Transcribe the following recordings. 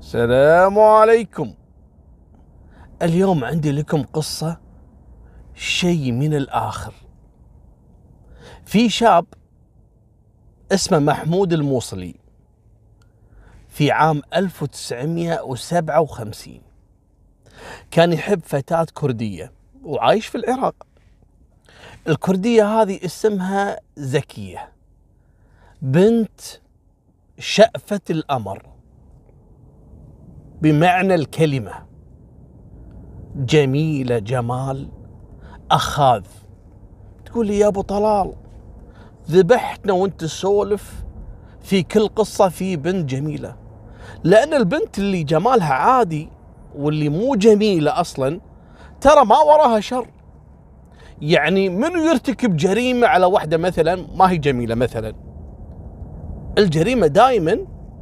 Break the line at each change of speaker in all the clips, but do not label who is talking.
السلام عليكم. اليوم عندي لكم قصة شيء من الآخر. في شاب اسمه محمود الموصلي في عام 1957 كان يحب فتاة كردية وعايش في العراق. الكردية هذه اسمها زكية، بنت شأفة الأمر بمعنى الكلمة، جميلة جمال أخاذ. تقول لي يا أبو طلال ذبحتنا وانت تسولف في كل قصة في بنت جميلة، لأن البنت اللي جمالها عادي واللي مو جميلة أصلا ترى ما وراها شر. يعني منو يرتكب جريمة على واحدة مثلا ما هي جميلة؟ مثلا الجريمة دائما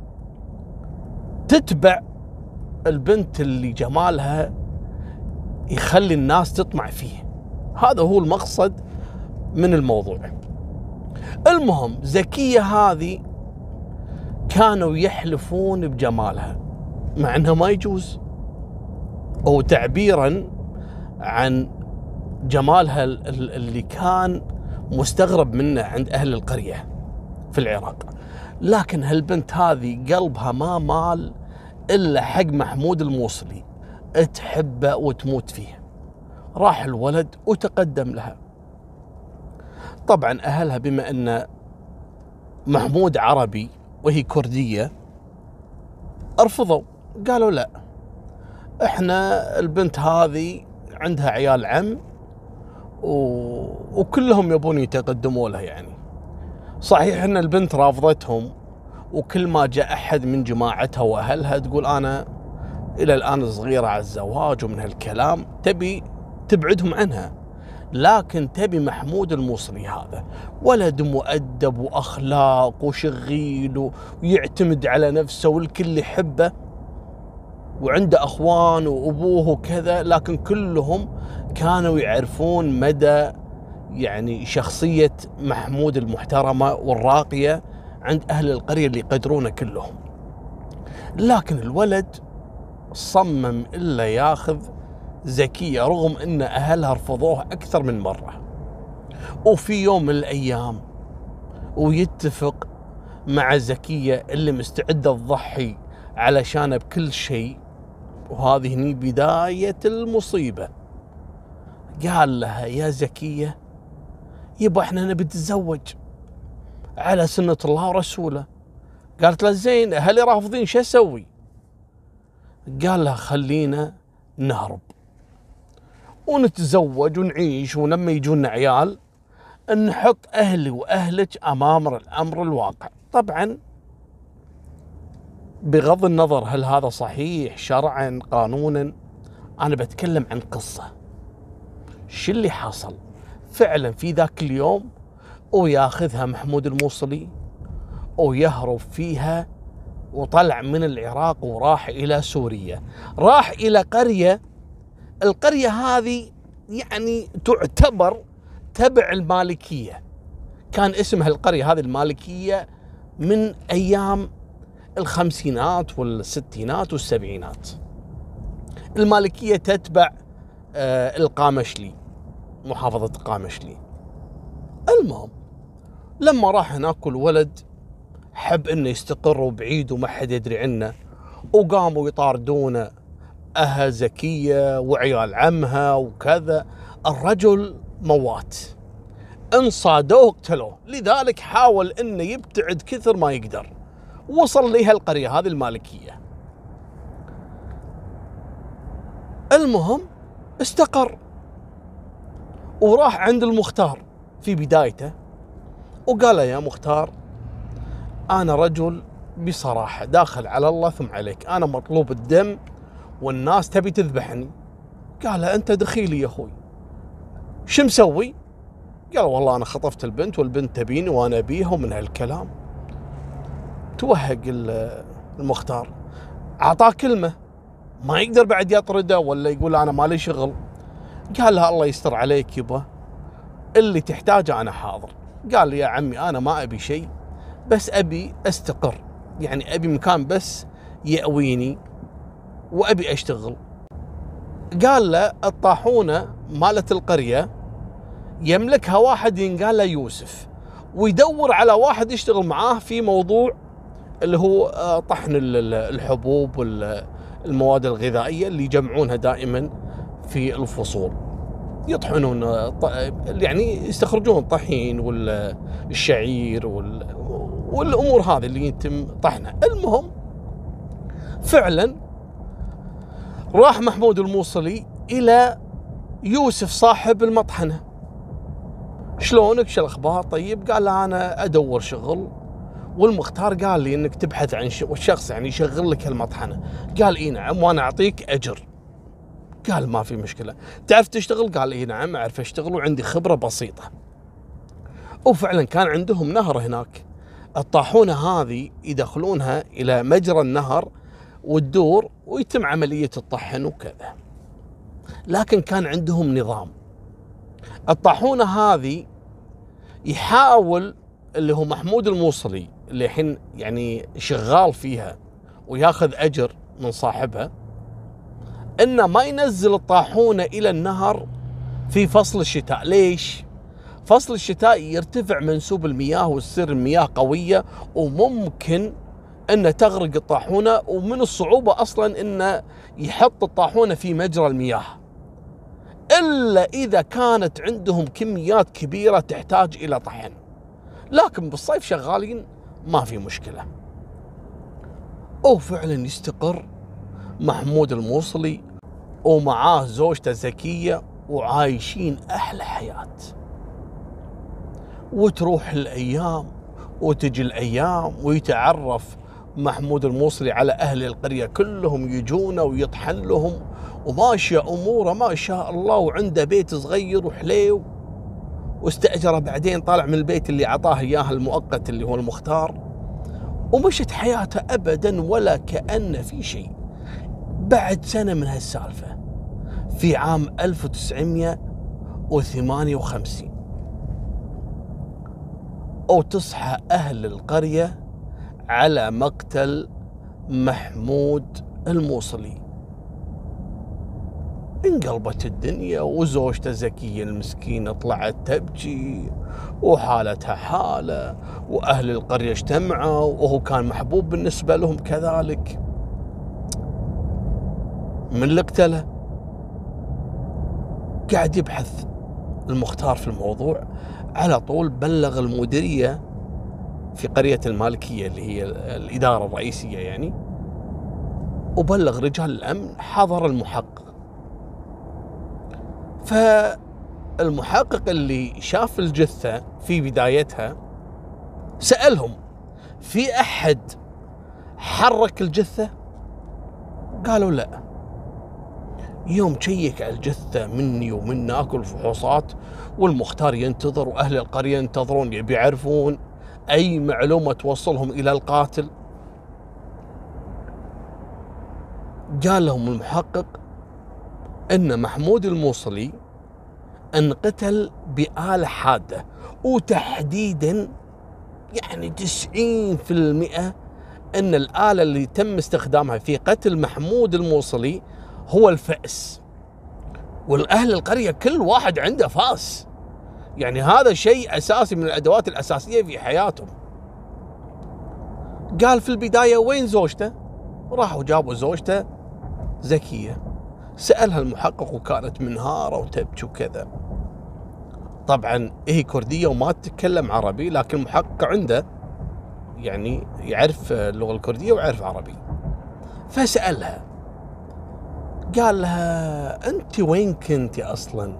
تتبع البنت اللي جمالها يخلي الناس تطمع فيه. هذا هو المقصد من الموضوع. المهم زكية هذه كانوا يحلفون بجمالها مع انها ما يجوز، او تعبيرا عن جمالها اللي كان مستغرب منه عند اهل القرية في العراق. لكن هالبنت هذه قلبها ما مال الا حق محمود الموصلي، تحبه وتموت فيه. راح الولد وتقدم لها. طبعا اهلها بما ان محمود عربي وهي كردية ارفضوا، قالوا لا، احنا البنت هذه عندها عيال عم وكلهم يبون يتقدموا لها. يعني صحيح ان البنت رافضتهم، وكل ما جاء احد من جماعتها واهلها تقول انا الى الان صغيرة على الزواج ومن هالكلام، تبي تبعدهم عنها. لكن تبي محمود الموصلي هذا ولد مؤدب واخلاق وشغيل ويعتمد على نفسه والكل يحبه، وعنده اخوان وابوه وكذا، لكن كلهم كانوا يعرفون مدى يعني شخصية محمود المحترمة والراقية عند اهل القرية اللي يقدرونه كلهم. لكن الولد صمم الا ياخذ زكية رغم ان اهلها رفضوها اكثر من مرة. وفي يوم من الايام ويتفق مع زكية اللي مستعدة تضحي علشانه بكل شيء، وهذه هني بداية المصيبة. قال لها يا زكية يبا احنا نبي نتزوج على سنة الله ورسوله. قالت له زين اهلي رافضين شو اسوي؟ قال لها خلينا نهرب ونتزوج ونعيش، ولما يجونا عيال نحط اهلي واهلك امام الامر الواقع. طبعا بغض النظر هل هذا صحيح شرعا قانونا، انا بتكلم عن قصة شو اللي حصل فعلا في ذاك اليوم. وياخذها محمود الموصلي ويهرب فيها، وطلع من العراق وراح الى سوريا. راح الى قرية، القرية هذه يعني تعتبر تبع المالكية، كان اسمها القرية هذه المالكية من ايام الخمسينات والستينات والسبعينات. المالكية تتبع القامشلي، محافظة القامشلي. المهم لما راح هناك الولد حب انه يستقر بعيد وما حد يدري عنه، وقاموا يطاردونه اهل زكية وعيال عمها وكذا. الرجل موات، ان صادوه قتلوه. لذلك حاول انه يبتعد كثر ما يقدر. وصل لها القرية هذه المالكية. المهم استقر وراح عند المختار في بدايته، وقال له يا مختار انا رجل بصراحة داخل على الله ثم عليك، انا مطلوب الدم والناس تبي تذبحني. قال له انت دخيلي يا اخوي، شو مسوي؟ قال والله انا خطفت البنت والبنت تبيني وانا ابيها ومن هالكلام. توهق المختار، اعطاه كلمة ما يقدر بعد يطرده ولا يقول انا مالي شغل. قال له الله يستر عليك يبا، اللي تحتاجه انا حاضر. قال لي يا عمي انا ما ابي شيء، بس ابي استقر، يعني ابي مكان بس يأويني وأبي أشتغل. قال له الطاحونة مالت القرية يملكها واحد ينقال له يوسف، ويدور على واحد يشتغل معاه في موضوع اللي هو طحن الحبوب والمواد الغذائية اللي يجمعونها دائما في الفصول، يطحنون يعني يستخرجون الطحين والشعير والأمور هذه اللي يتم طحنها. المهم فعلا راح محمود الموصلي إلى يوسف صاحب المطحنة. شلونك؟ شو الأخبار؟ طيب. قال له أنا أدور شغل، والمختار قال لي إنك تبحث عن شخص يعني يشغل لك المطحنة. قال إي نعم، وأنا أعطيك أجر. قال ما في مشكلة. تعرف تشتغل؟ قال إي نعم أعرف أشتغل وعندي خبرة بسيطة. وفعلا كان عندهم نهر هناك، الطاحونة هذه يدخلونها إلى مجرى النهر وتدور ويتم عملية الطحن وكذا. لكن كان عندهم نظام. الطاحونة هذه يحاول اللي هو محمود الموصلي اللي الحين يعني شغال فيها وياخذ أجر من صاحبها، إنه ما ينزل الطاحونة إلى النهر في فصل الشتاء. ليش؟ فصل الشتاء يرتفع منسوب المياه وتصير المياه قوية وممكن أن تغرق الطاحونة، ومن الصعوبة أصلا أن يحط الطاحونة في مجرى المياه إلا إذا كانت عندهم كميات كبيرة تحتاج إلى طحن. لكن بالصيف شغالين ما في مشكلة. وفعلا يستقر محمود الموصلي ومعاه زوجته زكية وعايشين أحلى حياة. وتروح الأيام وتجي الأيام ويتعرف محمود الموصلي على أهل القرية كلهم يجونه ويطحن لهم، وماشية أموره ما شاء الله، وعنده بيت صغير وحليو، واستأجره بعدين طالع من البيت اللي عطاه إياه المؤقت اللي هو المختار، ومشت حياته أبدا ولا كأن في شيء. بعد سنة من هالسالفة في عام 1958 وتصحى أهل القرية على مقتل محمود الموصلي. انقلبت الدنيا، وزوجته زكية المسكينة طلعت تبكي وحالتها حالة، وأهل القرية اجتمعوا وهو كان محبوب بالنسبة لهم كذلك. من اللي قتله؟ قاعد يبحث المختار في الموضوع، على طول بلغ المديرية في قرية المالكية اللي هي الإدارة الرئيسية يعني، وبلغ رجال الأمن. حضر المحقق، فالمحقق اللي شاف الجثة في بدايتها سألهم في أحد حرك الجثة؟ قالوا لا. يوم شيك على الجثة مني ومنك والفحوصات، والمختار ينتظر وأهل القرية ينتظرون يبي يعرفون أي معلومة توصلهم إلى القاتل. قال لهم المحقق أن محمود الموصلي انقتل بآلة حادة، وتحديدا يعني 90% أن الآلة اللي تم استخدامها في قتل محمود الموصلي هو الفأس. والأهل القرية كل واحد عنده فاس، يعني هذا شيء أساسي من الأدوات الأساسية في حياتهم. قال في البداية وين زوجته؟ راحوا جابوا زوجته زكية، سألها المحقق وكانت منهارة وتبكي وكذا. طبعا هي كردية وما تتكلم عربي، لكن المحقق عنده يعني يعرف اللغة الكردية ويعرف عربي. فسألها، قال لها أنت وين كنت أصلا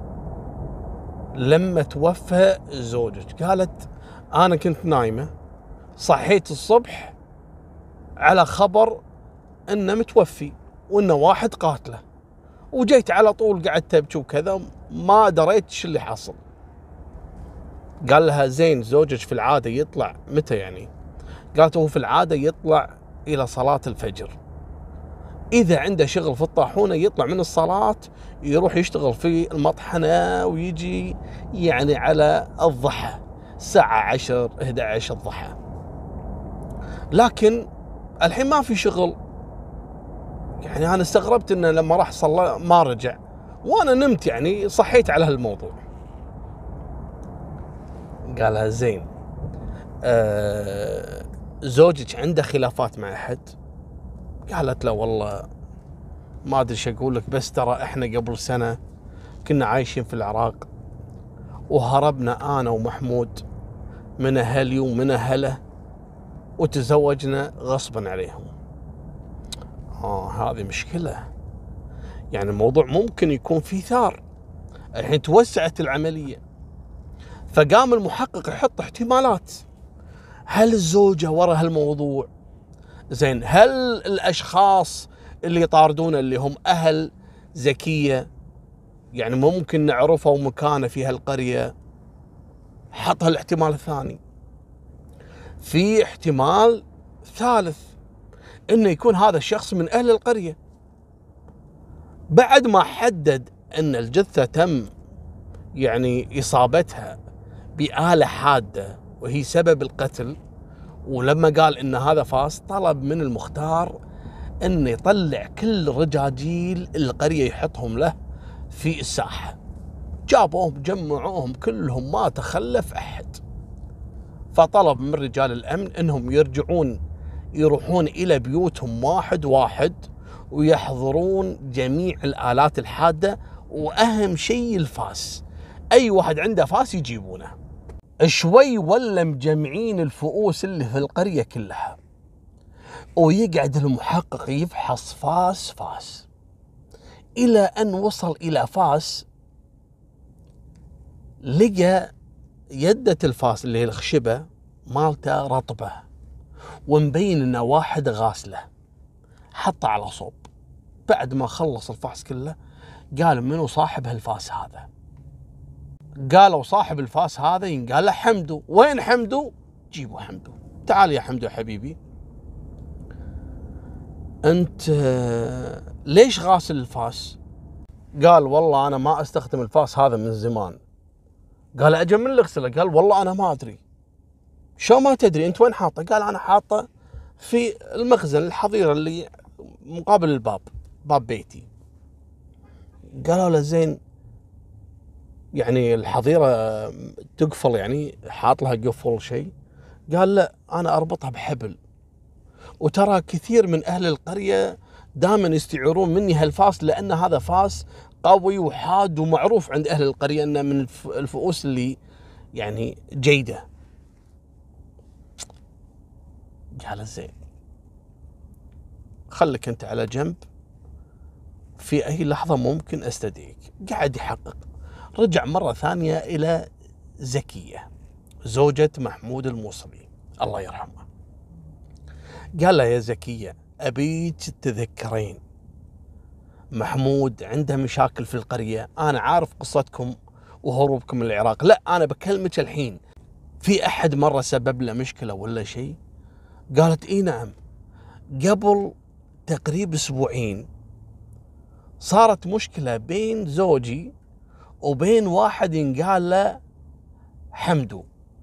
لما توفى زوجك؟ قالت أنا كنت نايمة، صحيت الصبح على خبر أنه متوفي وأنه واحد قاتله، وجيت على طول قعدت تبكي وكذا، ما دريت شو اللي حصل. قال لها زين زوجك في العادة يطلع متى يعني؟ قالت هو في العادة يطلع إلى صلاة الفجر، إذا عنده شغل في الطاحونة يطلع من الصلاة يروح يشتغل في المطحنة ويجي يعني على الضحى الساعة 10-11 الضحى. لكن الحين ما في شغل، يعني أنا استغربت إنه لما راح صلى ما رجع، وأنا نمت يعني صحيت على هالموضوع. قالها زين زوجك عنده خلافات مع أحد؟ قالت له والله ما أدري شو أقول لك، بس ترى إحنا قبل سنة كنا عايشين في العراق وهربنا أنا ومحمود من أهلي ومن أهله وتزوجنا غصبا عليهم. هذه مشكلة، يعني الموضوع ممكن يكون فيه ثار. الحين توسعت العملية، فقام المحقق يحط احتمالات. هل الزوجة وراء هالموضوع؟ زين، هل الأشخاص اللي يطاردونه اللي هم أهل زكية يعني ممكن نعرفه مكانه في هالقرية؟ حط هالاحتمال الثاني. في احتمال ثالث، انه يكون هذا الشخص من اهل القرية. بعد ما حدد ان الجثة تم يعني اصابتها بآلة حادة وهي سبب القتل، ولما قال ان هذا فاس، طلب من المختار انه يطلع كل رجاجيل القرية يحطهم له في الساحة. جابوهم جمعوهم كلهم ما تخلف احد، فطلب من رجال الامن انهم يروحون الى بيوتهم واحد واحد ويحضرون جميع الآلات الحادة، واهم شيء الفاس، اي واحد عنده فاس يجيبونه. شوي ولا مجمعين الفؤوس اللي في القرية كلها، ويقعد المحقق يفحص فاس فاس الى ان وصل الى فاس لقى يدة الفاس اللي هي الخشبة مالته رطبة ومبين انه واحد غاسله، حطه على صوب. بعد ما خلص الفحص كله قال منو صاحب هالفاس هذا؟ قالوا صاحب الفاس هذا ينقال له حمدو. وين حمدو؟ جيبوا حمدو. تعال يا حمدو حبيبي، انت ليش غاسل الفاس؟ قال والله انا ما استخدم الفاس هذا من زمان. قال اجل من اللي اغسله؟ قال والله انا ما ادري. شو ما تدري؟ انت وين حاطه؟ قال انا حاطه في المخزن الحظيره اللي مقابل الباب، باب بيتي. قالوا له زين يعني الحظيره تقفل، يعني حاط لها قفل شيء؟ قال لا انا اربطها بحبل، وترى كثير من اهل القريه دائما يستعيرون مني هالفاس لان هذا فاس قوي وحاد ومعروف عند اهل القريه انه من الفؤوس اللي يعني جيده. قال زين خليك انت على جنب، في اي لحظه ممكن استدعيك. قاعد يحقق. رجع مره ثانيه الى زكيه زوجة محمود الموصلي الله يرحمه. قال لها يا زكيه ابيك تتذكرين محمود عنده مشاكل في القريه، انا عارف قصتكم وهروبكم من العراق، لا انا بكلمك الحين، في احد مره سبب له مشكله ولا شيء؟ قالت اي نعم، قبل تقريبا اسبوعين صارت مشكله بين زوجي وبين واحد ينقال له حمدو.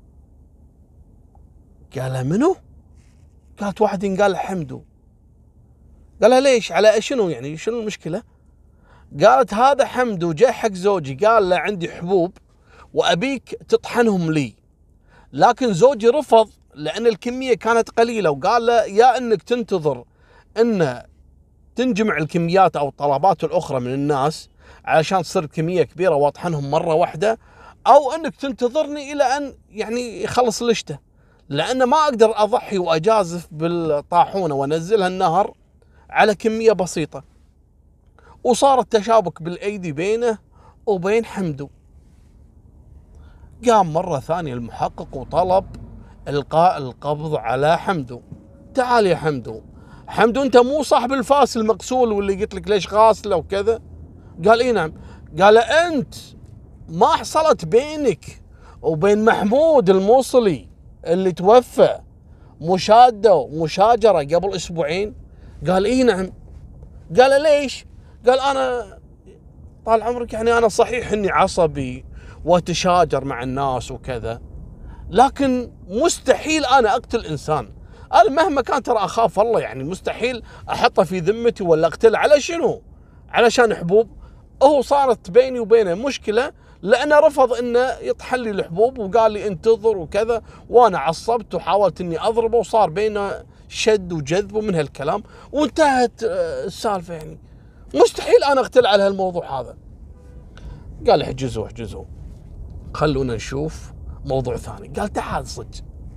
قال منو؟ قالت واحد ينقال له حمدو. قال ليش؟ على شنو يعني؟ شنو المشكله؟ قالت هذا حمدو جاء حق زوجي قال له عندي حبوب وابيك تطحنهم لي، لكن زوجي رفض لان الكميه كانت قليله، وقال له يا انك تنتظر ان تنجمع الكميات او الطلبات الاخرى من الناس علشان تصير كميه كبيره واطحنهم مره واحده، او انك تنتظرني الى ان يعني يخلص الاشته، لان ما اقدر اضحي واجازف بالطاحونه وانزلها النهر على كميه بسيطه. وصار التشابك بالايدي بينه وبين حمدو. قام مره ثانيه المحقق وطلب القاء القبض على حمدو. تعال يا حمدو، حمدو انت مو صاحب الفاس المغسول واللي قلت لك ليش غاسله وكذا؟ قال اي نعم. قال انت ما حصلت بينك وبين محمود الموصلي اللي توفى مشاده ومشاجره قبل اسبوعين؟ قال اي نعم. قال ليش؟ قال انا طال عمرك يعني انا صحيح اني عصبي واتشاجر مع الناس وكذا، لكن مستحيل انا اقتل انسان، انا مهما كان ترى اخاف الله، يعني مستحيل احطه في ذمتي ولا اقتله. على شنو؟ علشان حبوب؟ هو صارت بيني وبينه مشكله لانه رفض انه يطحن لي الحبوب وقال لي انتظر وكذا، وانا عصبت وحاولت اني اضربه وصار بينه شد وجذب ومن هالكلام وانتهت السالفه. يعني مستحيل انا اقتل على هالموضوع هذا. قال احجزوا احجزوا، خلونا نشوف موضوع ثاني. قال تعال صدق،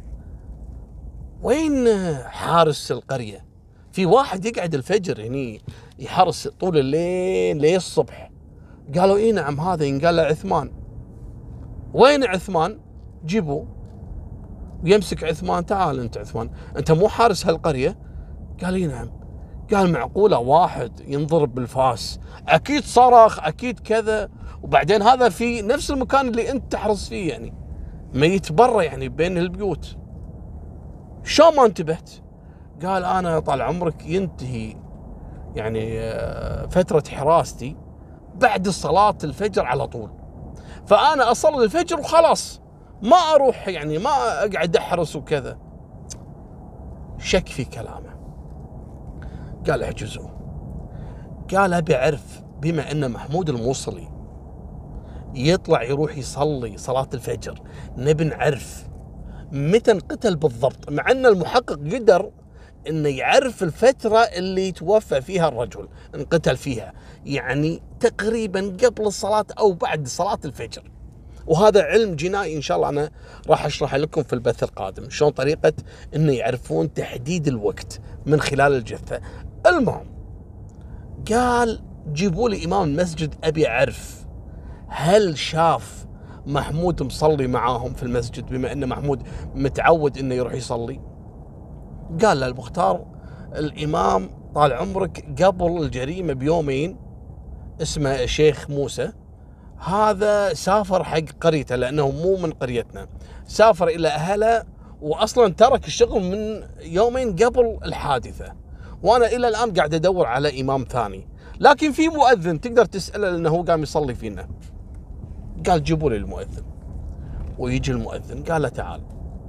وين حارس القرية؟ في واحد يقعد الفجر هني يحرس طول الليل ليه الصبح. قالوا اي نعم هذا ينقال له عثمان. وين عثمان؟ جيبوه. ويمسك عثمان، تعال انت عثمان، انت مو حارس هالقرية؟ قال اي نعم. قال معقولة واحد ينضرب بالفاس؟ اكيد صرخ، اكيد كذا، وبعدين هذا في نفس المكان اللي انت تحرس فيه، يعني ميت برا يعني بين البيوت، شو ما انتبهت؟ قال انا طال عمرك ينتهي يعني فترة حراستي بعد صلاة الفجر على طول، فانا اصلي الفجر وخلاص، ما اروح يعني ما اقعد احرس وكذا. شك في كلامه. قال احجزوه. قال ابي اعرف، بما ان محمود الموصلي يطلع يروح يصلي صلاة الفجر، نبي نعرف متى انقتل بالضبط، مع ان المحقق قدر انه يعرف الفترة اللي توفى فيها الرجل انقتل فيها، يعني تقريبا قبل الصلاة او بعد صلاة الفجر. وهذا علم جنائي ان شاء الله انا راح اشرح لكم في البث القادم شلون طريقة انه يعرفون تحديد الوقت من خلال الجثة. المهم قال جيبوا لي امام المسجد، ابي اعرف هل شاف محمود مصلي معاهم في المسجد، بما ان محمود متعود انه يروح يصلي. قال له المختار الامام طال عمرك قبل الجريمه بيومين اسمه شيخ موسى، هذا سافر حق قريته لانه مو من قريتنا، سافر الى اهله واصلا ترك الشغل من يومين قبل الحادثه، وانا الى الان قاعد ادور على امام ثاني، لكن في مؤذن تقدر تساله لانه هو قام يصلي فينا. قال جيبوا لي المؤذن. ويجي المؤذن، قال له تعال.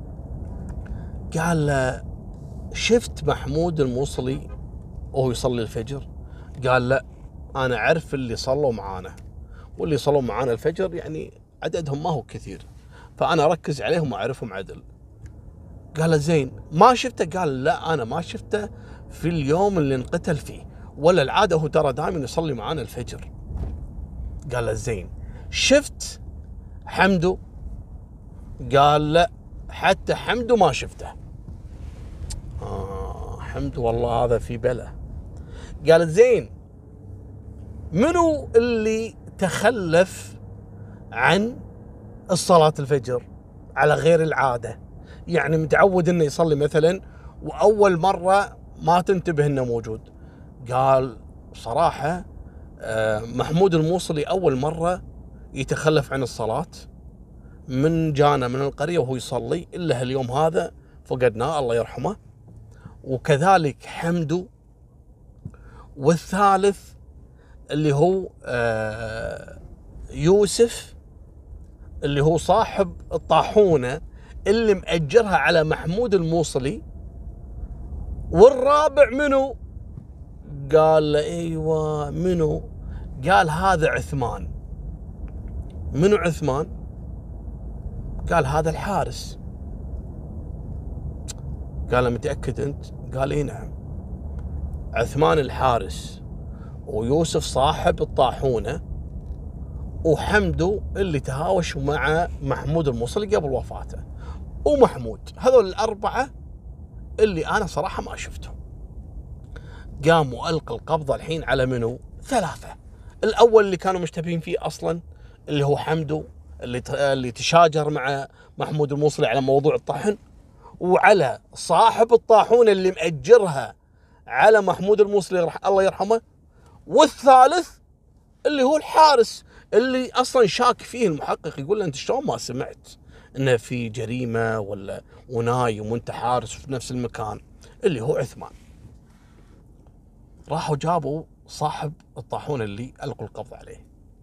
قال له شفت محمود الموصلي وهو يصلي الفجر؟ قال لا، انا اعرف اللي صلوا معانا، واللي صلوا معانا الفجر يعني عددهم ما هو كثير، فانا اركز عليهم واعرفهم عدل. قال له زين ما شفته؟ قال لا انا ما شفته في اليوم اللي انقتل فيه، ولا العاده هو ترى دائما يصلي معانا الفجر. قال له زين شفت حمدو؟ قال لا حتى حمدو ما شفته. حمدو والله هذا في بلا. قال زين منو اللي تخلف عن الصلاة الفجر على غير العادة، يعني متعود انه يصلي مثلا واول مرة ما تنتبه انه موجود؟ قال صراحة محمود الموصلي اول مرة يتخلف عن الصلاة من جانا من القرية وهو يصلي، إلا هاليوم هذا فقدناه الله يرحمه، وكذلك حمدو، والثالث اللي هو يوسف اللي هو صاحب الطاحونة اللي مأجرها على محمود الموصلي، والرابع منو؟ قال له ايوه منو؟ قال هذا عثمان. منو عثمان؟ قال هذا الحارس. قال له متأكد انت؟ قال اي نعم، عثمان الحارس، ويوسف صاحب الطاحونة، وحمدو اللي تهاوش مع محمود الموصلي قبل وفاته، ومحمود. هذول الأربعة اللي أنا صراحة ما شفتهم. قام وألقى القبضة الحين على منو؟ ثلاثة. الأول اللي كانوا مشتبهين فيه أصلا اللي هو حمدو، اللي تشاجر مع محمود الموصلي على موضوع الطحن، وعلى صاحب الطاحونة اللي مأجرها على محمود الموصلي الله يرحمه، والثالث اللي هو الحارس اللي اصلا شاك فيه المحقق، يقول له انت شلون ما سمعت انه في جريمه ولا ونايم وانت حارس في نفس المكان، اللي هو عثمان. راحوا جابوا صاحب الطاحونه اللي القوا القبض عليه.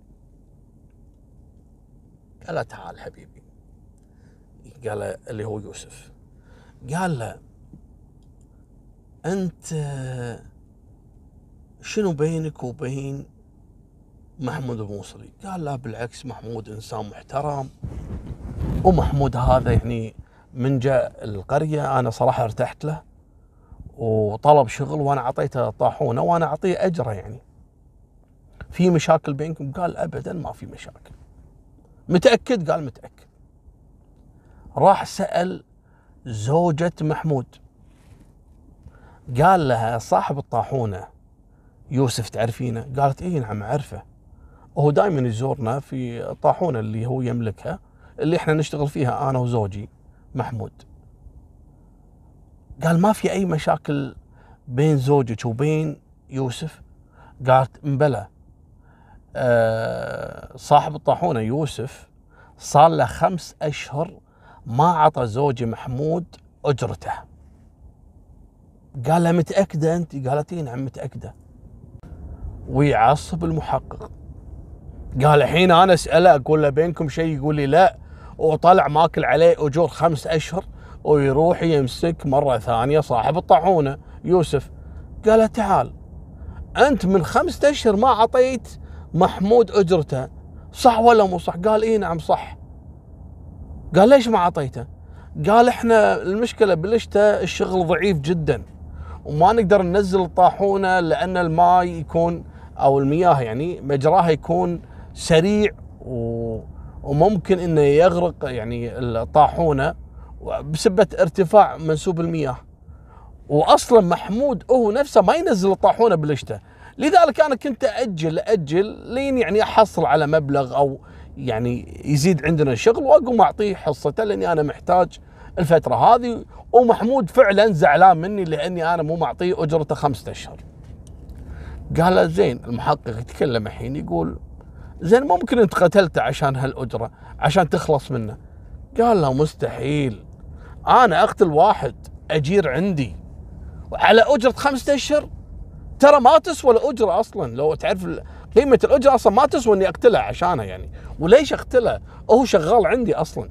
قال له تعال حبيبي. قال له اللي هو يوسف. قال له أنت شنو بينك وبين محمود الموصلي؟ قال لا بالعكس، محمود إنسان محترم، ومحمود هذا يعني من جاء القرية أنا صراحة ارتحت له، وطلب شغل وأنا أعطيته طاحونة وأنا أعطيه أجره. يعني في مشاكل بينكم؟ قال أبدا ما في مشاكل. متأكد؟ قال متأكد. راح سأل زوجة محمود، قال لها صاحب الطاحونة يوسف تعرفينه؟ قالت إيه نعم أعرفه، وهو دائما يزورنا في الطاحونة اللي هو يملكها، اللي احنا نشتغل فيها أنا وزوجي محمود. قال ما في أي مشاكل بين زوجك وبين يوسف؟ قالت مبلى، صاحب الطاحونة يوسف صار له 5 أشهر ما عطى زوجي محمود أجرته. قال لها متأكدة أنت؟ قالت إيه نعم متأكدة. ويعصب المحقق، قال الحين أنا أسأله أقول له بينكم شيء، يقول لي لا، وطلع ماكل عليه أجور 5 أشهر، ويروح يمسك مرة ثانية صاحب الطاحونة يوسف. قال تعال أنت من 5 أشهر ما عطيت محمود أجرته، صح ولا مو صح؟ قال إيه نعم صح. قال ليش ما عطيته؟ قال إحنا المشكلة بالشتاء الشغل ضعيف جدا، وما نقدر ننزل الطاحونة لأن الماء يكون أو المياه يعني مجراها يكون سريع وممكن إنه يغرق يعني الطاحونة بسبب ارتفاع منسوب المياه. وأصلا محمود هو نفسه ما ينزل الطاحونة بالشتاء، لذلك أنا كنت أجل لين يعني أحصل على مبلغ أو يعني يزيد عندنا شغل وأقوم أعطيه حصته، لأني أنا محتاج الفترة هذه. ومحمود فعلا زعلان مني لأني أنا مو معطيه أجرته 5 أشهر. قال زين. المحقق يتكلم الحين يقول زين ممكن أنت قتلته عشان هالأجرة عشان تخلص منه؟ قال له مستحيل، أنا أقتل واحد أجير عندي وعلى أجرة 5 أشهر؟ ترى ما تسوى الأجرة أصلا، لو تعرف قيمة الأجرة أصلا ما تسوى إني أقتله عشانه يعني، وليش أقتله؟ هو شغال عندي أصلا.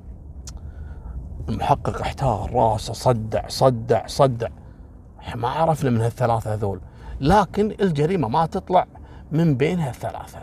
المحقق احتار راسه، صدع ما عرفنا من هالثلاثة هذول، لكن الجريمة ما تطلع من بين هالثلاثة.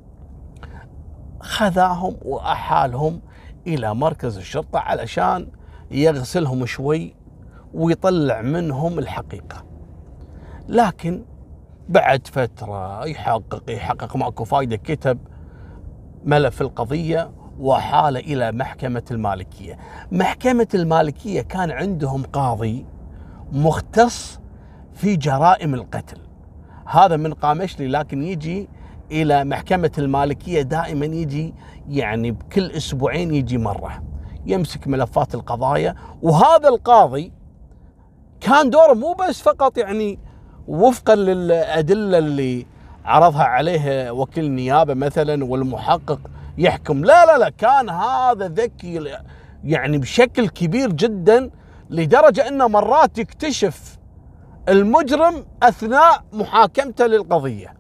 خذاهم وأحالهم إلى مركز الشرطة علشان يغسلهم شوي ويطلع منهم الحقيقة. لكن بعد فترة يحقق ماكو فايدة، كتب ملف القضية وحال إلى محكمة المالكية. محكمة المالكية كان عندهم قاضي مختص في جرائم القتل، هذا من قامشلي، لكن يجي إلى محكمة المالكية دائما يجي يعني بكل أسبوعين يجي مرة يمسك ملفات القضايا. وهذا القاضي كان دوره مو بس فقط يعني وفقا للأدلة اللي عرضها عليه وكيل النيابة مثلا والمحقق يحكم، لا كان هذا ذكي يعني بشكل كبير جدا، لدرجة أنه مرات يكتشف المجرم أثناء محاكمته للقضية.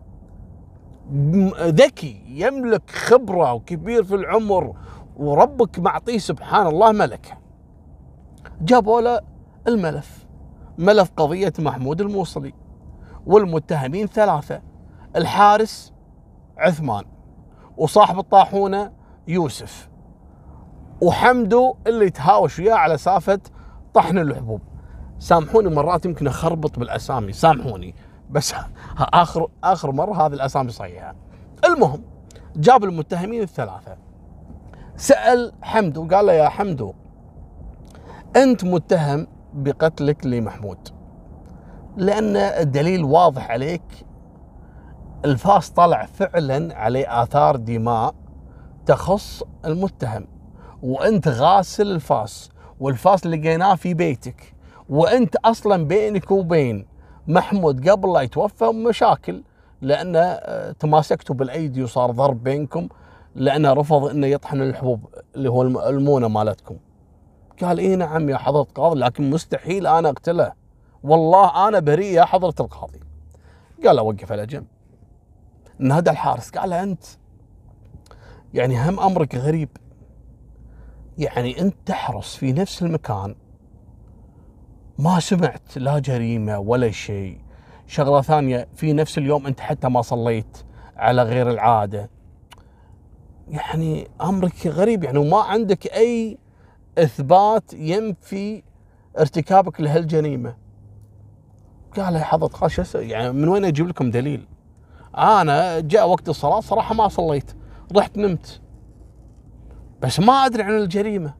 ذكي، يملك خبرة وكبير في العمر، وربك معطيه سبحان الله ملكة. جابوا له الملف، ملف قضية محمود الموصلي، والمتهمين 3: الحارس عثمان، وصاحب الطاحونة يوسف، وحمدو اللي تهاوش وياه على سافة طحن الحبوب. سامحوني مرات يمكن أخربط بالأسامي، سامحوني، بس آخر مرة هذه الأسامي صحيحة. المهم جاب المتهمين 3، سأل حمدو قال له يا حمدو أنت متهم بقتلك لمحمود، لأن الدليل واضح عليك، الفاس طلع فعلا عليه آثار دماء تخص المتهم، وأنت غاسل الفاس، والفاس لقيناه في بيتك، وأنت أصلا بينك وبين محمود قبل لا يتوفى مشاكل، لأن تماسكتوا بالأيدي وصار ضرب بينكم لأنه رفض أنه يطحن الحبوب اللي هو المونة مالتكم. قال إيه نعم يا حضرة القاضي، لكن مستحيل أنا أقتله، والله أنا بريء يا حضرة القاضي. قال له وقف على جنب. نادى الحارس قال له أنت يعني هم أمرك غريب، يعني أنت تحرس في نفس المكان ما سمعت لا جريمة ولا شيء. شغلة ثانية، في نفس اليوم أنت حتى ما صليت على غير العادة. يعني أمرك غريب يعني، وما عندك أي إثبات ينفي ارتكابك لهالجريمة. قال يا حضرة قال شو يعني من وين أجيب لكم دليل؟ أنا جاء وقت الصلاة صراحة ما صليت، رحت نمت، بس ما أدري عن الجريمة.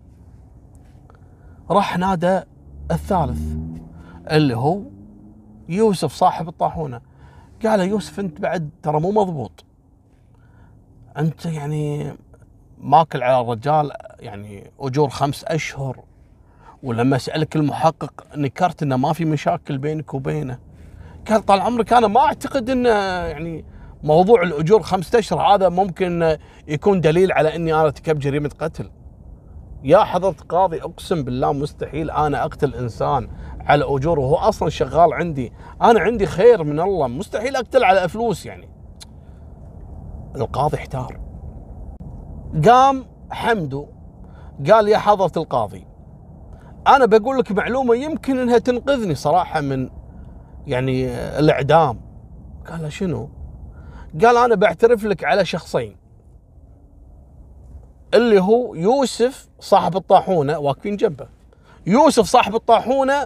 راح نادى الثالث اللي هو يوسف صاحب الطاحونة. قال يوسف أنت بعد ترى مو مضبوط، أنت يعني ماكل على الرجال يعني أجور 5 أشهر، ولما سألك المحقق نكرت انه ما في مشاكل بينك وبينه. قال طال عمرك انا ما اعتقد ان يعني موضوع الاجور 5 اشهر هذا ممكن يكون دليل على اني انا ارتكبت جريمه قتل. يا حضرة قاضي اقسم بالله مستحيل انا اقتل انسان على اجور وهو اصلا شغال عندي، انا عندي خير من الله، مستحيل اقتل على فلوس يعني. القاضي احتار. قام حمدو قال يا حضرة القاضي أنا بقول لك معلومة يمكن إنها تنقذني صراحة من يعني الإعدام. قال له شنو؟ قال أنا بعترف لك على شخصين، اللي هو يوسف صاحب الطاحونة واقفين جنبه، يوسف صاحب الطاحونة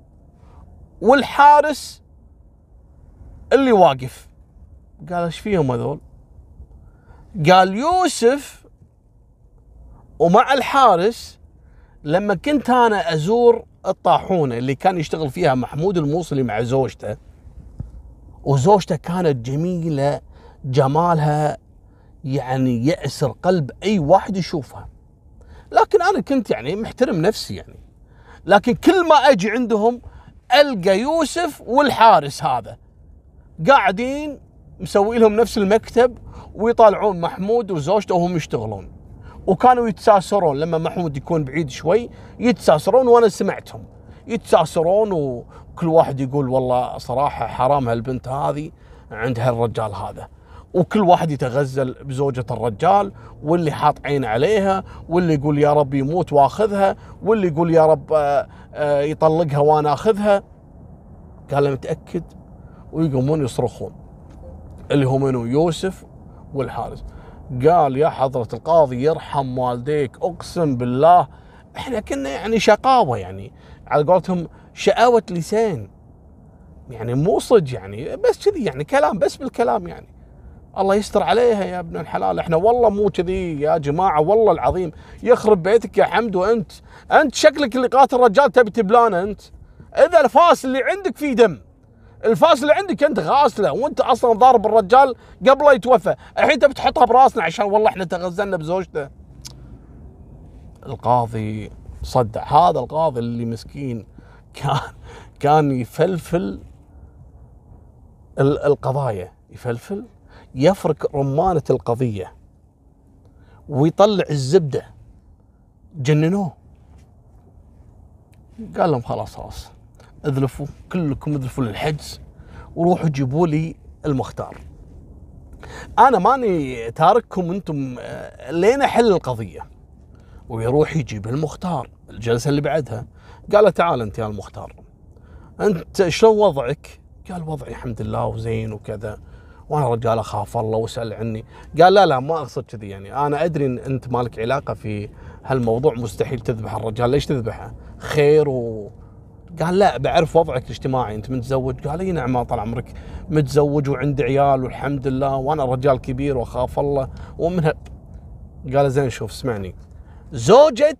والحارس اللي واقف. قال ايش فيهم هذول؟ قال يوسف ومع الحارس لما كنت انا ازور الطاحونه اللي كان يشتغل فيها محمود الموصلي مع زوجته، وزوجته كانت جميله جمالها يعني يأسر قلب اي واحد يشوفها، لكن انا كنت يعني محترم نفسي يعني، لكن كل ما اجي عندهم القى يوسف والحارس هذا قاعدين مسوي لهم نفس المكتب ويطالعون محمود وزوجته وهم يشتغلون، وكانوا يتساسرون لما محمود يكون بعيد شوي يتساسرون، وانا سمعتهم يتساسرون وكل واحد يقول والله صراحة حرام هالبنت هذه عندها الرجال هذا، وكل واحد يتغزل بزوجة الرجال، واللي حاط عين عليها، واللي يقول يا رب يموت واخذها، واللي يقول يا رب يطلقها وانا اخذها. قال متأكد؟ ويقومون يصرخون اللي هم منو يوسف والحارس. قال يا حضرة القاضي يرحم والديك اقسم بالله احنا كنا يعني شقاوة يعني على قولتهم شقاوة لسان يعني مو صج يعني بس كذي يعني كلام بس بالكلام يعني الله يستر عليها يا ابن الحلال. احنا والله مو كذي يا جماعة والله العظيم يخرب بيتك يا حمد. وانت شكلك اللي قاتل الرجال تبي تبلانه انت، اذا الفاس اللي عندك فيه دم، الفاس اللي عندك انت غاسله وانت اصلا ضارب الرجال قبل لا يتوفى، الحين تبي تحطها براسنا عشان والله احنا تغزلنا بزوجته. القاضي صدع. هذا القاضي اللي مسكين كان يفلفل القضايا، يفلفل يفرك رمانة القضية ويطلع الزبدة. جننوه. قال لهم خلاص اذلفوا كلكم، اذلفوا للحجز وروحوا جيبوا لي المختار، انا ماني تارككم انتم لين احل القضيه. ويروح يجيب المختار. الجلسه اللي بعدها قال له تعال انت يا المختار، انت شلون وضعك؟ قال وضعي الحمد لله وزين وكذا، وانا رجال اخاف الله واسال عني. قال لا ما اقصد كذي يعني، انا ادري ان انت مالك علاقه في هالموضوع، مستحيل تذبح الرجال، ليش تذبحه؟ خير قال لا بعرف وضعك الاجتماعي، انت متزوج؟ قال اي نعم طال عمرك متزوج وعندي عيال والحمد لله، وانا رجال كبير واخاف الله ومنها. قال زين شوف اسمعني، زوجة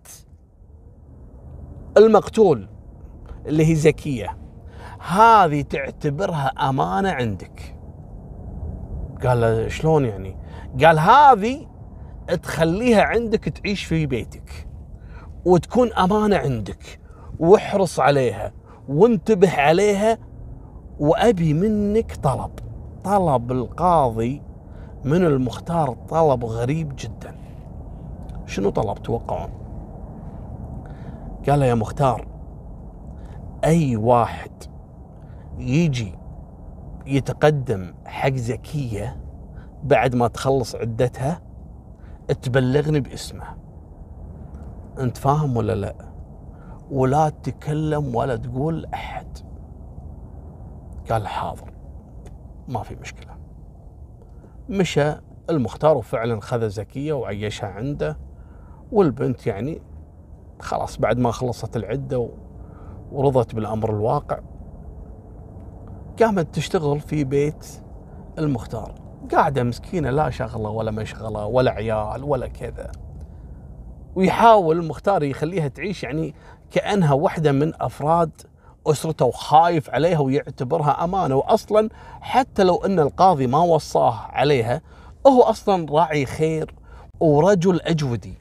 المقتول اللي هي زكية هذه تعتبرها امانة عندك. قال له شلون يعني؟ قال هذه تخليها عندك تعيش في بيتك وتكون امانة عندك، واحرص عليها وانتبه عليها، وأبي منك طلب القاضي من المختار طلب غريب جدا. شنو طلب توقعون؟ قال له يا مختار أي واحد يجي يتقدم حق زكية بعد ما تخلص عدتها تبلغني باسمه. انت فاهم ولا لا؟ ولا تتكلم ولا تقول أحد. قال حاضر ما في مشكلة. مشى المختار وفعلا خذ زكية وعيشها عنده، والبنت يعني خلاص بعد ما خلصت العدة ورضت بالأمر الواقع قامت تشتغل في بيت المختار، قاعدة مسكينة لا شغلة ولا مشغلة ولا عيال ولا كذا، ويحاول المختار يخليها تعيش يعني كأنها واحدة من أفراد أسرته وخايف عليها ويعتبرها أمانة. وأصلا حتى لو أن القاضي ما وصاه عليها هو أصلا راعي خير ورجل أجودي،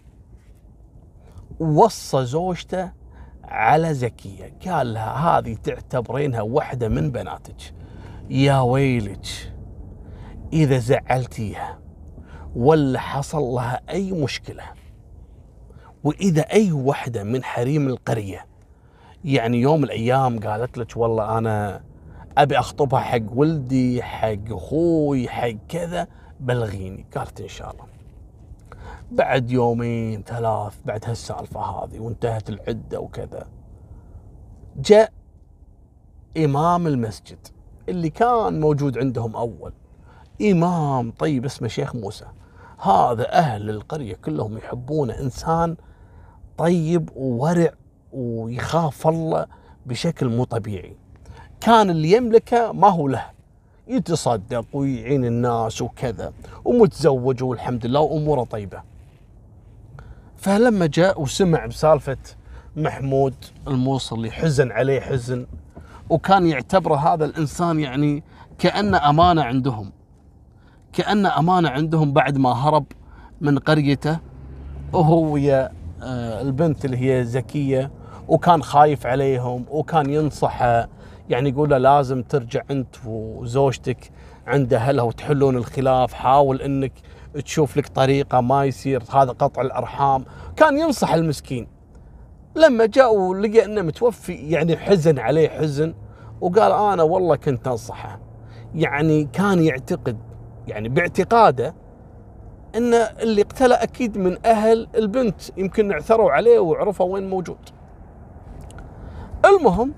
وصى زوجته على زكية، قال لها هذه تعتبرينها واحدة من بناتك، يا ويلك إذا زعلتيها ولا حصل لها أي مشكلة، وإذا أي واحدة من حريم القرية يعني يوم من الأيام قالت لك والله أنا أبي أخطبها حق ولدي حق أخوي حق كذا بلغيني. قالت إن شاء الله. بعد يومين ثلاث بعد هالسالفة هذه وانتهت العدة وكذا، جاء إمام المسجد اللي كان موجود عندهم أول، إمام طيب اسمه شيخ موسى. هذا أهل القرية كلهم يحبونه، إنسان طيب وورع ويخاف الله بشكل مو طبيعي. كان اللي يملكه ما هو له، يتصدق ويعين الناس وكذا، ومتزوج والحمد لله وأموره طيبة. فلما جاء وسمع بسالفة محمود الموصلي حزن عليه حزن، وكان يعتبر هذا الإنسان يعني كأنه أمانة عندهم، كأنه أمانة عندهم بعد ما هرب من قريته وهو ويا البنت اللي هي زكية، وكان خايف عليهم وكان ينصحه يعني يقول له لازم ترجع أنت وزوجتك عند أهلها وتحلون الخلاف، حاول أنك تشوف لك طريقة ما يصير هذا قطع الأرحام. كان ينصح المسكين. لما جاء ولقى أنه متوفي يعني حزن عليه حزن، وقال أنا والله كنت أنصحه. يعني كان يعتقد يعني باعتقاده أن اللي اقتله أكيد من أهل البنت، يمكن اعثروا عليه وعرفوا وين موجود. المهم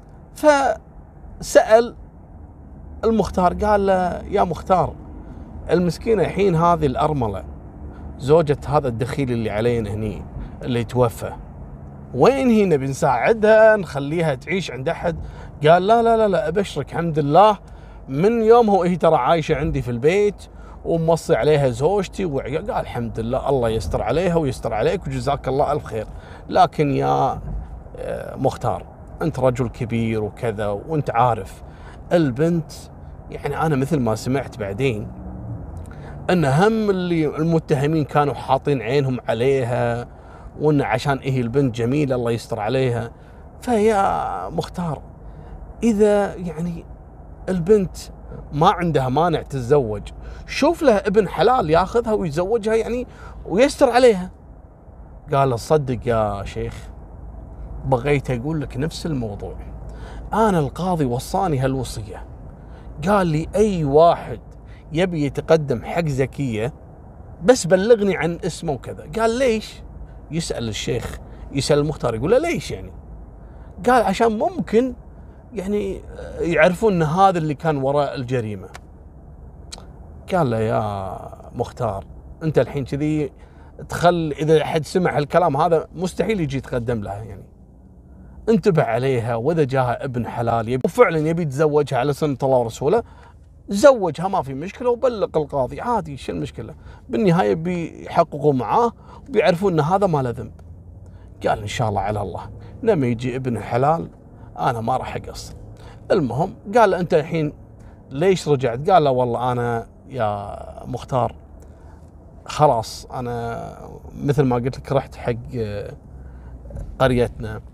فسأل المختار قال له يا مختار، المسكينة الحين هذه الأرملة زوجة هذا الدخيل اللي علينا هني اللي توفى، وين هي؟ نبي نساعدها نخليها تعيش عند أحد؟ قال لا لا لا لا أبشرك الحمد لله من يومها هي ترى عايشة عندي في البيت وموصي عليها زوجتي قال الحمد لله الله يستر عليها ويستر عليك وجزاك الله ألف خير. لكن يا مختار أنت رجل كبير وكذا، وأنت عارف البنت يعني أنا مثل ما سمعت بعدين أن هم اللي المتهمين كانوا حاطين عينهم عليها، وأن عشان هي البنت جميلة الله يستر عليها. فيا مختار إذا يعني البنت ما عندها مانع تتزوج، شوف لها ابن حلال ياخذها ويتزوجها يعني ويستر عليها. قال صدق يا شيخ بغيت أقول لك نفس الموضوع، أنا القاضي وصاني هالوصية، قال لي أي واحد يبي يتقدم حق زكية بس بلغني عن اسمه وكذا. قال ليش؟ يسأل الشيخ يسأل المختار يقول له ليش يعني؟ قال عشان ممكن يعني يعرفون ان هذا اللي كان وراء الجريمة. قال له يا مختار انت الحين كذي اذا حد سمع هالكلام هذا مستحيل يجي يتقدم لها، يعني انتبه عليها، واذا جاها ابن حلال يبي وفعلا يبي يتزوجها على سنة الله ورسوله زوجها ما في مشكلة وبلغ القاضي عادي، شو المشكلة؟ بالنهاية بيحققوا معاه وبيعرفون ان هذا ما له ذنب. قال ان شاء الله على الله لما يجي ابن حلال انا ما راح اقصر. المهم قال له انت الحين ليش رجعت؟ قال له والله انا يا مختار خلاص انا مثل ما قلت لك رحت حق قريتنا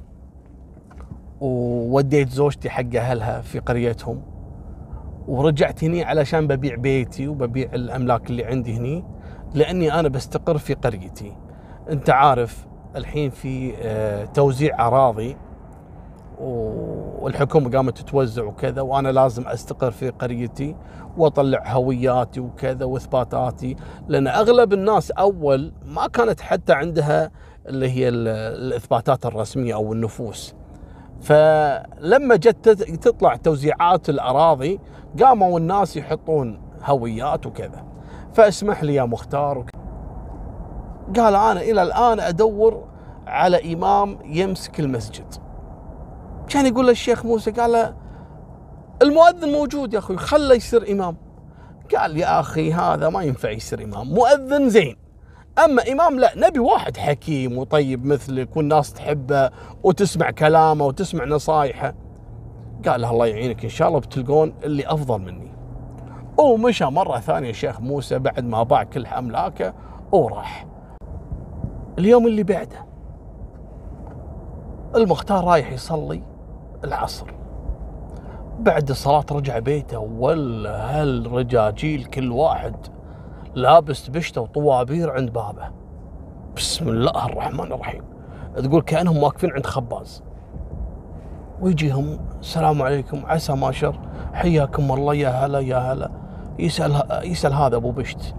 ووديت زوجتي حق اهلها في قريتهم، ورجعت هني علشان ببيع بيتي وببيع الاملاك اللي عندي هني، لاني انا بستقر في قريتي. انت عارف الحين في توزيع اراضي والحكومة قامت تتوزع وكذا، وأنا لازم أستقر في قريتي وأطلع هوياتي وكذا وإثباتاتي، لأن أغلب الناس أول ما كانت حتى عندها اللي هي الإثباتات الرسمية أو النفوس. فلما جت تطلع توزيعات الأراضي قاموا الناس يحطون هويات وكذا. فاسمح لي يا مختار قال أنا إلى الآن أدور على إمام يمسك المسجد. كان يقول له الشيخ موسى، قال له المؤذن موجود يا أخوي، خله يصير إمام. قال يا أخي هذا ما ينفع يصير إمام، مؤذن زين، أما إمام لا، نبي واحد حكيم وطيب مثلك والناس تحبه وتسمع كلامه وتسمع نصايحه. قال له الله يعينك إن شاء الله بتلقون اللي أفضل مني. ومشى مرة ثانية الشيخ موسى بعد ما باع كل أملاكه وراح. اليوم اللي بعده المختار رايح يصلي العصر، بعد الصلاة رجع بيته، ولا هالرجاجيل كل واحد لابس بشته وطوابير عند بابه، بسم الله الرحمن الرحيم، تقول كأنهم واقفين عند خباز، ويجيهم السلام عليكم عسى ما شر، حياكم الله، يا هلا يا هلا. يسأل هذا أبو بشت،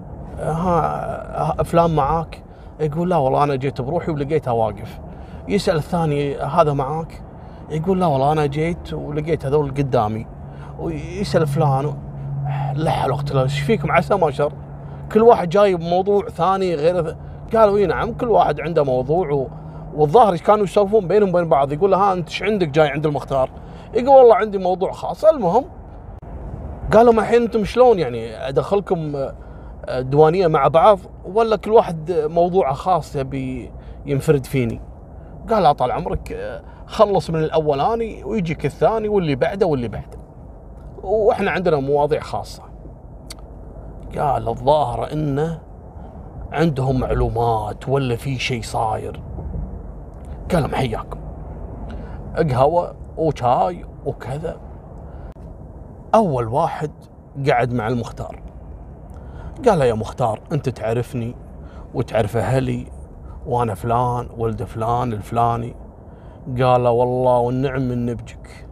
ها فلان معاك؟ يقول لا والله أنا جيت بروحي ولقيتها واقف. يسأل الثاني هذا معاك؟ يقول لا والله أنا جيت ولقيت هذول قدامي. ويسأل فلان، لا حول ولا قوة، ايش فيكم عسى ما شر؟ كل واحد جاي بموضوع ثاني غير. قالوا اي نعم، كل واحد عنده موضوع. والظاهر كانوا يسولفون بينهم وبين بعض، يقول له ها انت ايش عندك جاي عند المختار؟ يقول والله عندي موضوع خاص. المهم قالوا ما الحين انتم شلون يعني ادخلكم ديوانيه مع بعض ولا كل واحد موضوعه خاص يبي ينفرد فيني؟ قال لا طال عمرك خلص من الاولاني ويجيك الثاني واللي بعده واللي بعده، واحنا عندنا مواضيع خاصه. قال الظاهر انه عندهم معلومات ولا في شيء صاير. قال لهم حياكم، قهوه وشاي وكذا. اول واحد قعد مع المختار قال له يا مختار انت تعرفني وتعرف اهلي وانا فلان ولد فلان الفلاني. قال له والله والنعم من نبجك،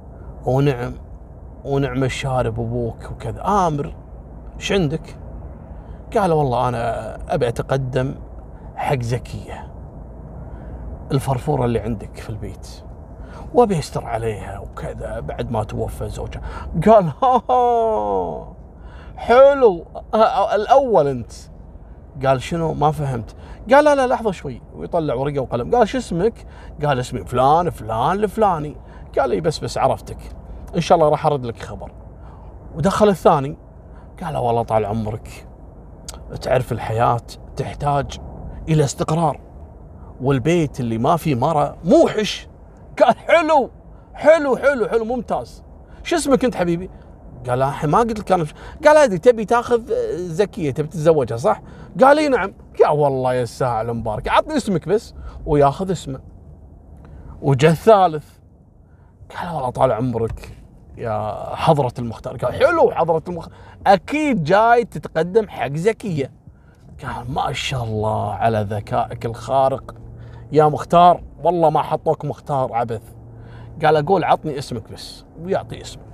ونعم الشارب ابوك وكذا. امر ايش عندك؟ قال والله انا ابي اتقدم حق زكيه الفرفوره اللي عندك في البيت، وابي استر عليها وكذا بعد ما توفى زوجها. قال ها حلو الاول انت. قال شنو ما فهمت؟ قال لا لحظه شوي، ويطلع ورقه وقلم. قال شو اسمك؟ قال اسمي فلان فلان الفلاني. قال لي بس عرفتك، ان شاء الله راح ارد لك خبر. ودخل الثاني قال والله طال عمرك تعرف الحياه تحتاج الى استقرار، والبيت اللي ما فيه مرة موحش. قال حلو حلو حلو حلو ممتاز. شو اسمك انت حبيبي؟ قال الحين ما قلت لك انا. قال هذه تبي تاخذ زكيه تبي تتزوجها صح؟ قال اي نعم. يا والله يا الساعه المباركه عطني اسمك بس، وياخذ اسمه. وجاء الثالث قال والله طال عمرك يا حضره المختار. قال حلو حضره المختار، اكيد جاي تتقدم حق زكيه. قال ما شاء الله على ذكائك الخارق يا مختار، والله ما حطوك مختار عبث. قال اقول عطني اسمك بس، ويعطي اسمه.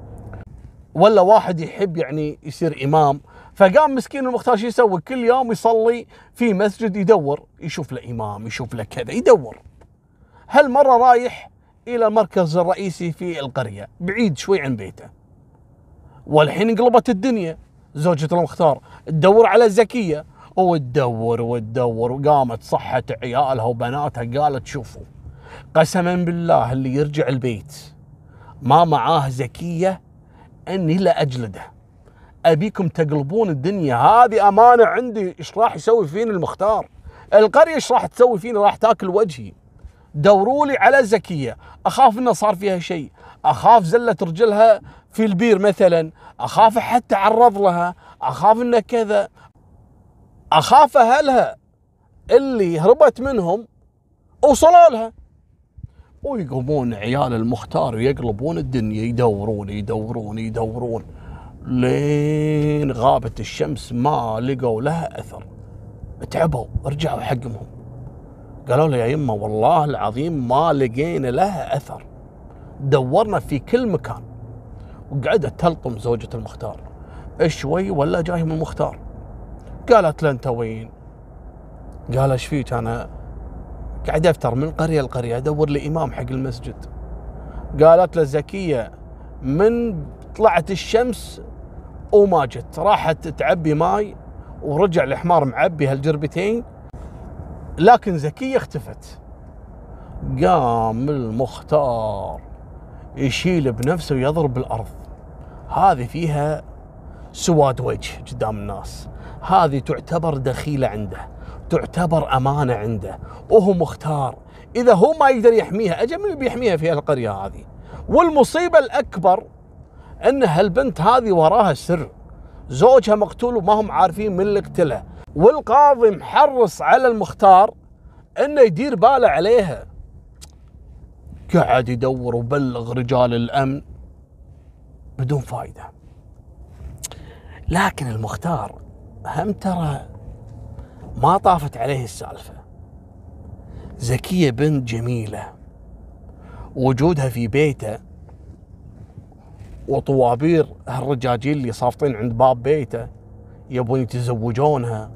ولا واحد يحب يعني يصير امام، فقام مسكين المختار شو يسوي؟ كل يوم يصلي في مسجد يدور يشوف له امام يشوف له كذا يدور. هالمره رايح الى المركز الرئيسي في القريه بعيد شوي عن بيته، والحين انقلبت الدنيا. زوجة المختار تدور على زكيه، وتدور وقامت صحت عيالها وبناتها. قالت شوفوا قسما بالله اللي يرجع البيت ما معاه زكيه اني لا اجلده. ابيكم تقلبون الدنيا، هذه امانه عندي. ايش راح يسوي فيني المختار؟ القريه ايش راح تسوي فيني؟ راح تاكل وجهي. دوروا لي على زكيه، اخاف انه صار فيها شيء، اخاف زلت رجلها في البير مثلا، اخاف حتى اعرض لها، اخاف انه كذا، اخاف اهلها اللي هربت منهم وصلوا لها. ويقومون عيال المختار ويقلبون الدنيا يدورون لين غابت الشمس ما لقوا لها اثر. تعبوا رجعوا حقهم، قالوا له يا يمه والله العظيم ما لقينا لها اثر، دورنا في كل مكان. وقعدت تلطم زوجة المختار، شوي ولا جاي من المختار. قالت له انت وين؟ قال ايش فيك؟ انا قاعد افتر من قريه لقريه ادور لي امام حق المسجد. قالت له زكيه من طلعت الشمس وما جت، راحت تعبي ماي ورجع الحمار معبي هالجربتين، لكن زكيه اختفت. قام المختار يشيل بنفسه ويضرب بالارض. هذه فيها سواد وجه قدام الناس، هذه تعتبر دخيله عنده، تعتبر امانه عنده، وهو مختار. اذا هو ما يقدر يحميها، اجل من اللي بيحميها في القريه هذه؟ والمصيبه الاكبر ان هالبنت هذه وراها سر، زوجها مقتول وما هم عارفين من اللي قتلها، والقاضي محرص على المختار انه يدير باله عليها. قعد يدور وبلغ رجال الامن بدون فائده. لكن المختار هم ترى ما طافت عليه السالفه. زكيه بنت جميله، وجودها في بيته وطوابير هالرجاجيل اللي صافطين عند باب بيته يبون يتزوجونها،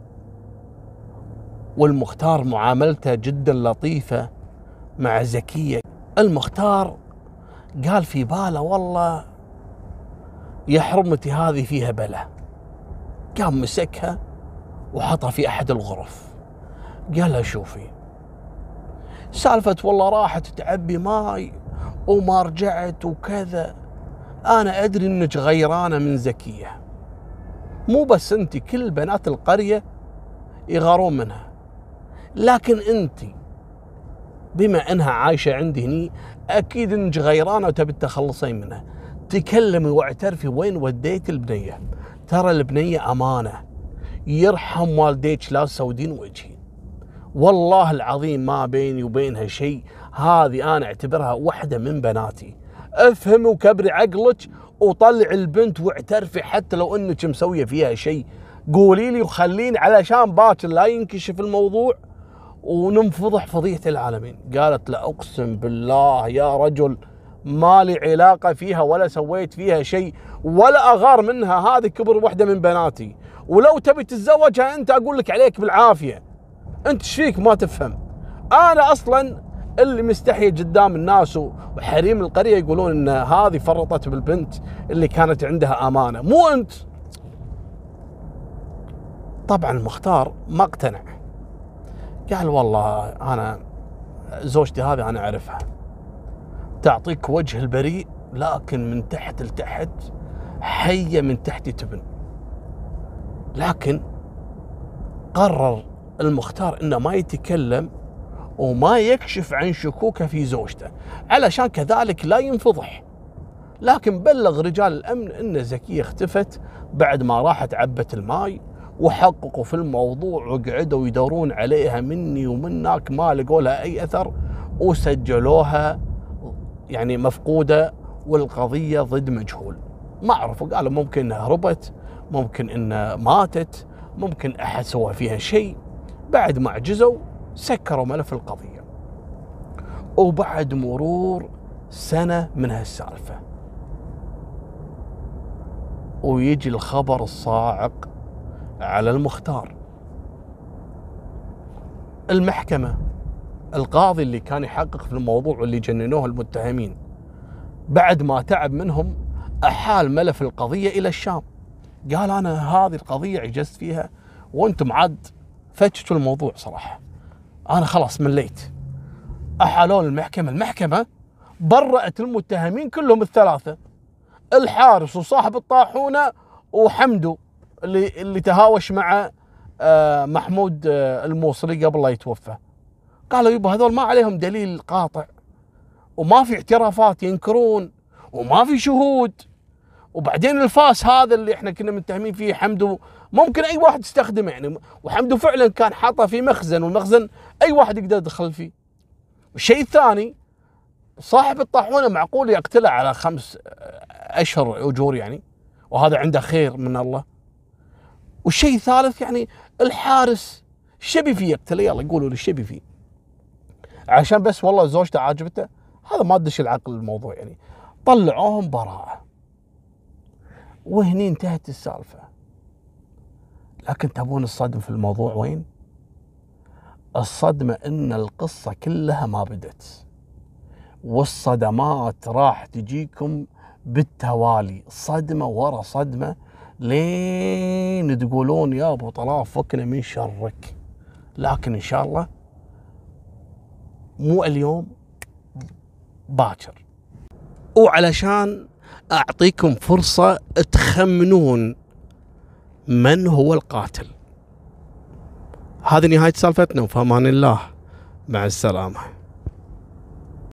والمختار معاملته جدا لطيفه مع زكيه. المختار قال في باله والله يا حرمتي هذه فيها بلا. قام مسكها وحطها في احد الغرف. قال لها شوفي، سالفه والله راحت تعبي ماي وما رجعت وكذا، انا ادري انك غيرانه من زكيه، مو بس انت، كل بنات القريه يغارون منها، لكن انت بما انها عايشه عندي هني اكيد انك غيرانه وتبي تخلصين منها. تكلمي واعترفي وين وديت البنيه، ترى البنيه امانه، يرحم والديك لا تسودين وجهي، والله العظيم ما بيني وبينها شيء، هذه انا اعتبرها واحده من بناتي. افهمي وكبري عقلك وطلع البنت واعترفي، حتى لو انك مسويه فيها شيء قولي لي وخليني علشان باكر لا ينكشف الموضوع وننفضح فضيحة العالمين. قالت لا اقسم بالله يا رجل ما لي علاقة فيها ولا سويت فيها شيء ولا اغار منها، هذه كبر واحدة من بناتي، ولو تبي تتزوجها انت اقول لك عليك بالعافية، انت ايش فيك ما تفهم؟ انا اصلا اللي مستحي قدام الناس وحريم القرية يقولون ان هذه فرطت بالبنت اللي كانت عندها امانة، مو انت. طبعا المختار ما اقتنع، قال والله انا زوجتي هذه انا اعرفها، تعطيك وجه البريء لكن من تحت لتحت حية من تحت تبن. لكن قرر المختار انه ما يتكلم وما يكشف عن شكوكه في زوجته علشان كذلك لا ينفضح. لكن بلغ رجال الامن ان زكيه اختفت بعد ما راحت عبت الماي، وحققوا في الموضوع وقعدوا يدورون عليها مني ومنك، ما لقوا لها اي اثر وسجلوها يعني مفقوده والقضيه ضد مجهول. ما عرفوا، قالوا ممكن انها هربت، ممكن انها ماتت، ممكن احد سوى فيها شيء. بعد ما عجزوا سكروا ملف القضيه. وبعد مرور سنه من هالسالفه ويجي الخبر الصاعق على المختار. المحكمة، القاضي اللي كان يحقق في الموضوع واللي جننوه المتهمين، بعد ما تعب منهم أحال ملف القضية إلى الشام. قال أنا هذه القضية عجزت فيها وأنتم عاد فتشوا الموضوع، صراحة أنا خلاص مليت. أحالون المحكمة برأت المتهمين كلهم الثلاثة، الحارس وصاحب الطاحونة وحمدو اللي تهاوش مع محمود الموصلي قبل لا يتوفى. قالوا يبا هذول ما عليهم دليل قاطع وما في اعترافات ينكرون وما في شهود، وبعدين الفاس هذا اللي احنا كنا متهمين فيه حمدو ممكن اي واحد يستخدمه يعني، وحمدو فعلا كان حاطه في مخزن، والمخزن اي واحد يقدر يدخل فيه. الشيء الثاني صاحب الطاحونة معقول يقتله على 5 أشهر أجور يعني، وهذا عنده خير من الله. والشيء الثالث يعني الحارس شبي فيه يقتله، يلا يقولوا لي شبي فيه عشان بس والله زوجته عاجبته، هذا ما تدش العقل الموضوع يعني. طلعوهم براءة وهني انتهت السالفة. لكن تبون الصدم في الموضوع وين؟ الصدمة ان القصة كلها ما بدت، والصدمات راح تجيكم بالتوالي، صدمة ورا صدمة، لين تقولون يا ابو طلاف فكنا من شرك. لكن ان شاء الله مو اليوم، باكر. وعلشان اعطيكم فرصة تخمنون من هو القاتل. هذه نهاية سالفتنا، وفي امان الله، مع السلامة.